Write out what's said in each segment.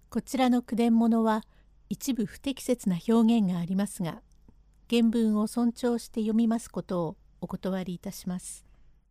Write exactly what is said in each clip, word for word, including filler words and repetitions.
こちらの句伝物は一部不適切な表現がありますが、原文を尊重して読みますことをお断りいたします。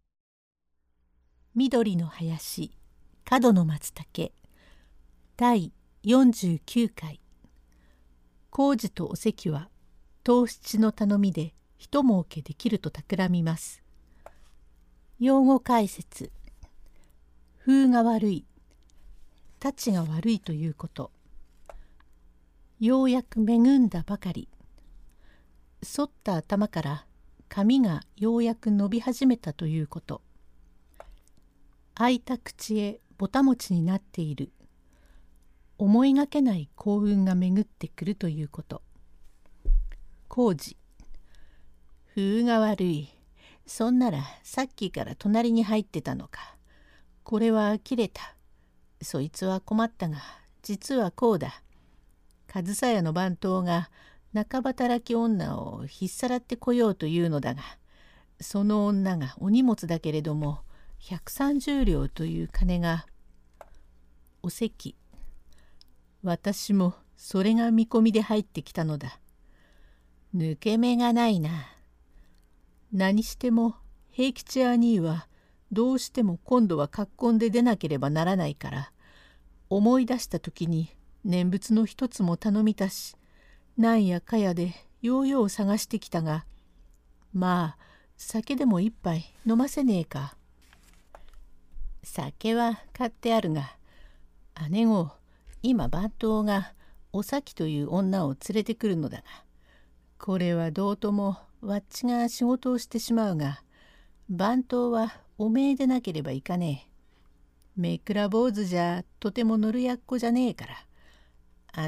緑の林、角の松茸、だいよんじゅうきゅうかい。工事とお関は東七の頼みで一儲けできると企みます。用語解説。風が悪い、たちが悪いということ。ようやく恵んだばかり。反った頭から髪がようやく伸び始めたということ。開いた口へぼたもちになっている。思いがけない幸運が巡ってくるということ。工事。風が悪い。そんならさっきから隣に入ってたのか。これは切れた。そいつは困ったが、実はこうだ。上総屋の番頭が中働き女をひっさらってこようというのだが、その女がお荷物だけれどもひゃくさんじゅうりょうという金が。お関。私もそれが見込みで入ってきたのだ。抜け目がないな。何しても平吉兄はどうしても今度は格好で出なければならないから、思い出した時に念仏の一つも頼みたし、なんやかやでようよう探してきたが、まあ酒でも一杯飲ませねえか。酒は買ってあるが、姉御、今番頭がお咲という女を連れてくるのだが、これはどうともわっちが仕事をしてしまうが、番頭はおめえでなければいかねえ。めくら坊主じゃとても乗るやっこじゃねえから、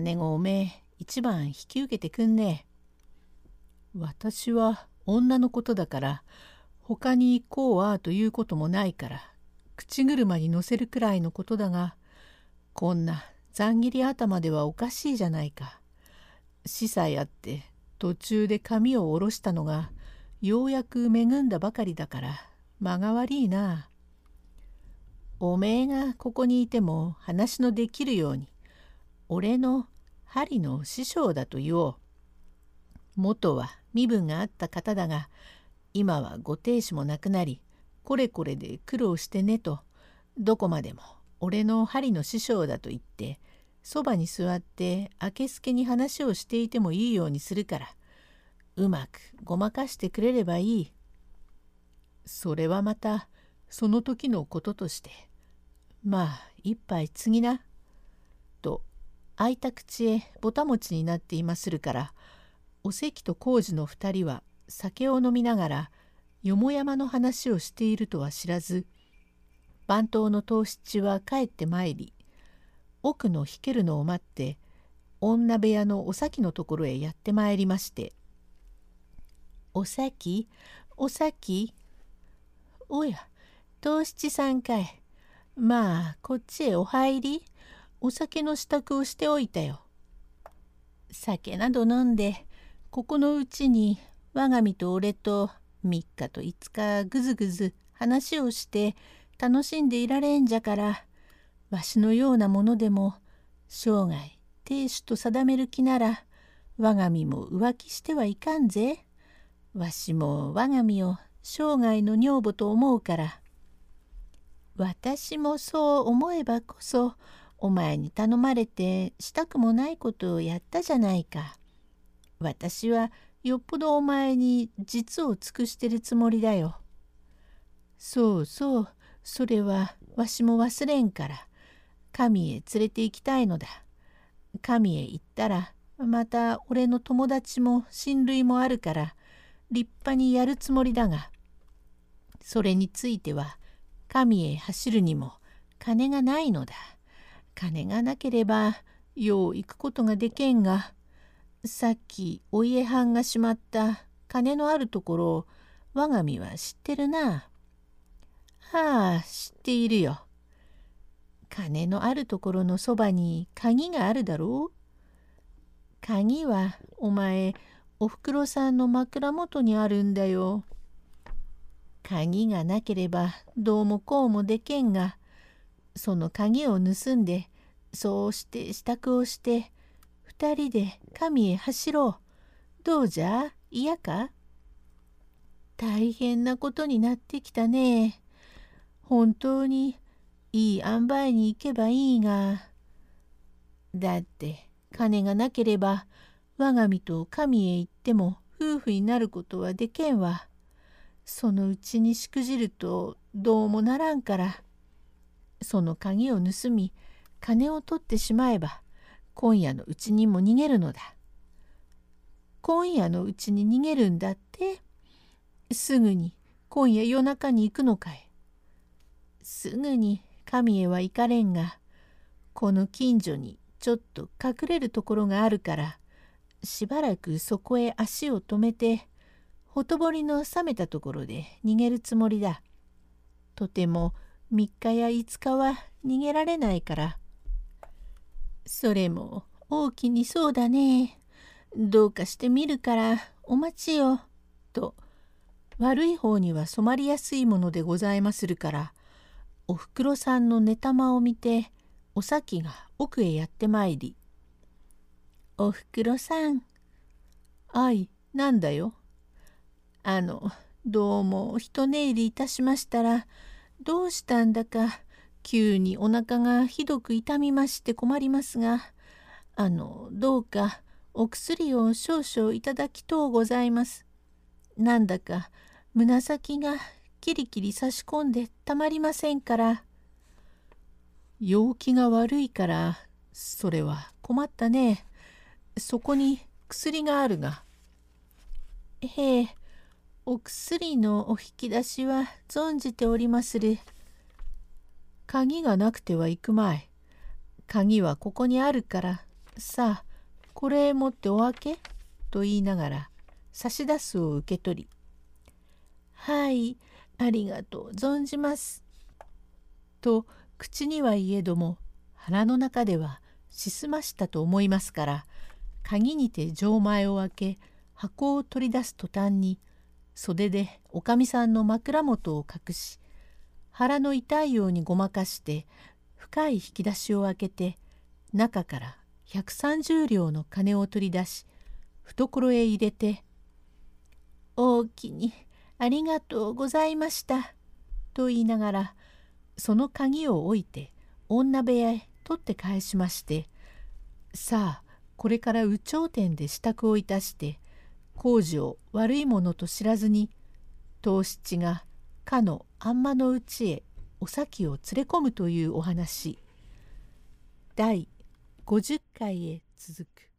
姉御おめえ一番引き受けてくんねえ。私は女のことだから、他にこうああということもないから、口車に乗せるくらいのことだが、こんなざん切り頭ではおかしいじゃないか。死さえあって途中で髪を下ろしたのがようやく恵んだばかりだから間が悪いな。おめえがここにいても話のできるように、俺の針の師匠だと言おう。元は身分があった方だが、今はご亭主も亡くなり、これこれで苦労してねと、どこまでも俺の針の師匠だと言って、そばに座ってあけすけに話をしていてもいいようにするから、うまくごまかしてくれればいい。それはまたその時のこととして、まあ一杯継ぎな。と開いた口へぼたもちになっていまするから、お関と工事の二人は酒を飲みながらよもやまの話をしているとは知らず、番頭の藤七は帰ってまいり、奥の引けるのを待って女部屋のお咲のところへやってまいりまして、お咲、お咲、おや、藤七さんかい。まあこっちへお入り。お酒の支度をしておいたよ。酒など飲んで、ここのうちに我が身と俺とみっかといつかぐずぐず話をして楽しんでいられんじゃから、わしのようなものでも生涯亭主と定める気なら、我が身も浮気してはいかんぜ。わしも我が身を生涯の女房と思うから。私もそう思えばこそ、お前に頼まれてしたくもないことをやったじゃないか。私はよっぽどお前に実を尽くしてるつもりだよ。そうそう、それはわしも忘れんから、神へ連れて行きたいのだ。神へ行ったら、また俺の友達も親類もあるから、立派にやるつもりだが、それについては、神へ走るにも金がないのだ。金がなければよう行くことがでけんが、さっきお家藩がしまった金のあるところを我が身は知ってるな。はあ、知っているよ。金のあるところのそばに鍵があるだろう。鍵はお前おふくろさんの枕元にあるんだよ。鍵がなければどうもこうもでけんが、その鍵を盗んでそうして支度をして二人で神へ走ろう。どうじゃ、嫌か？大変なことになってきたね。本当にいい塩梅に行けばいいが。だって金がなければ我が身と神へ行っても夫婦になることはでけんわ。そのうちにしくじるとどうもならんから。その鍵を盗み金を取ってしまえば今夜のうちにも逃げるのだ。今夜のうちに逃げるんだって。すぐに今夜夜中に行くのかい。すぐに神へは行かれんが、この近所にちょっと隠れるところがあるから、しばらくそこへ足を止めて、ほとぼりの冷めたところで逃げるつもりだ。とてもみっかやいつかは逃げられないから。それも大きにそうだね。どうかしてみるからお待ちよ。と、悪い方には染まりやすいものでございまするから、おふくろさんの寝玉を見て、おさきが奥へやってまいり、おふくろさん。あい、なんだよ。あの、どうも一寝入りいたしましたら、どうしたんだか、急にお腹がひどく痛みまして困りますが、あの、どうかお薬を少々いただきとうございます。なんだか胸先がキリキリ差し込んでたまりませんから。陽気が悪いから、それは困ったね。そこに薬があるが。へえ、お薬のお引き出しは存じておりまする。鍵がなくては行くまい。鍵はここにあるから、さあ、これ持ってお開けと言いながら、差し出すを受け取り、はい、ありがとう存じます。と、口には言えども、腹の中ではしすましたと思いますから、鍵にて錠前を開け、箱を取り出す途端に、袖でおかみさんの枕元を隠し、腹の痛いようにごまかして、深い引き出しを開けて、中からひゃくさんじゅう両の金を取り出し、懐へ入れて、おおきにありがとうございました、と言いながら、その鍵を置いて女部屋へ取って返しまして、さあ、これから有頂天で支度をいたして、工事を悪いものと知らずに、藤七がかのあんまのうちへお咲を連れ込むというお話。だいごじゅっかいへ続く。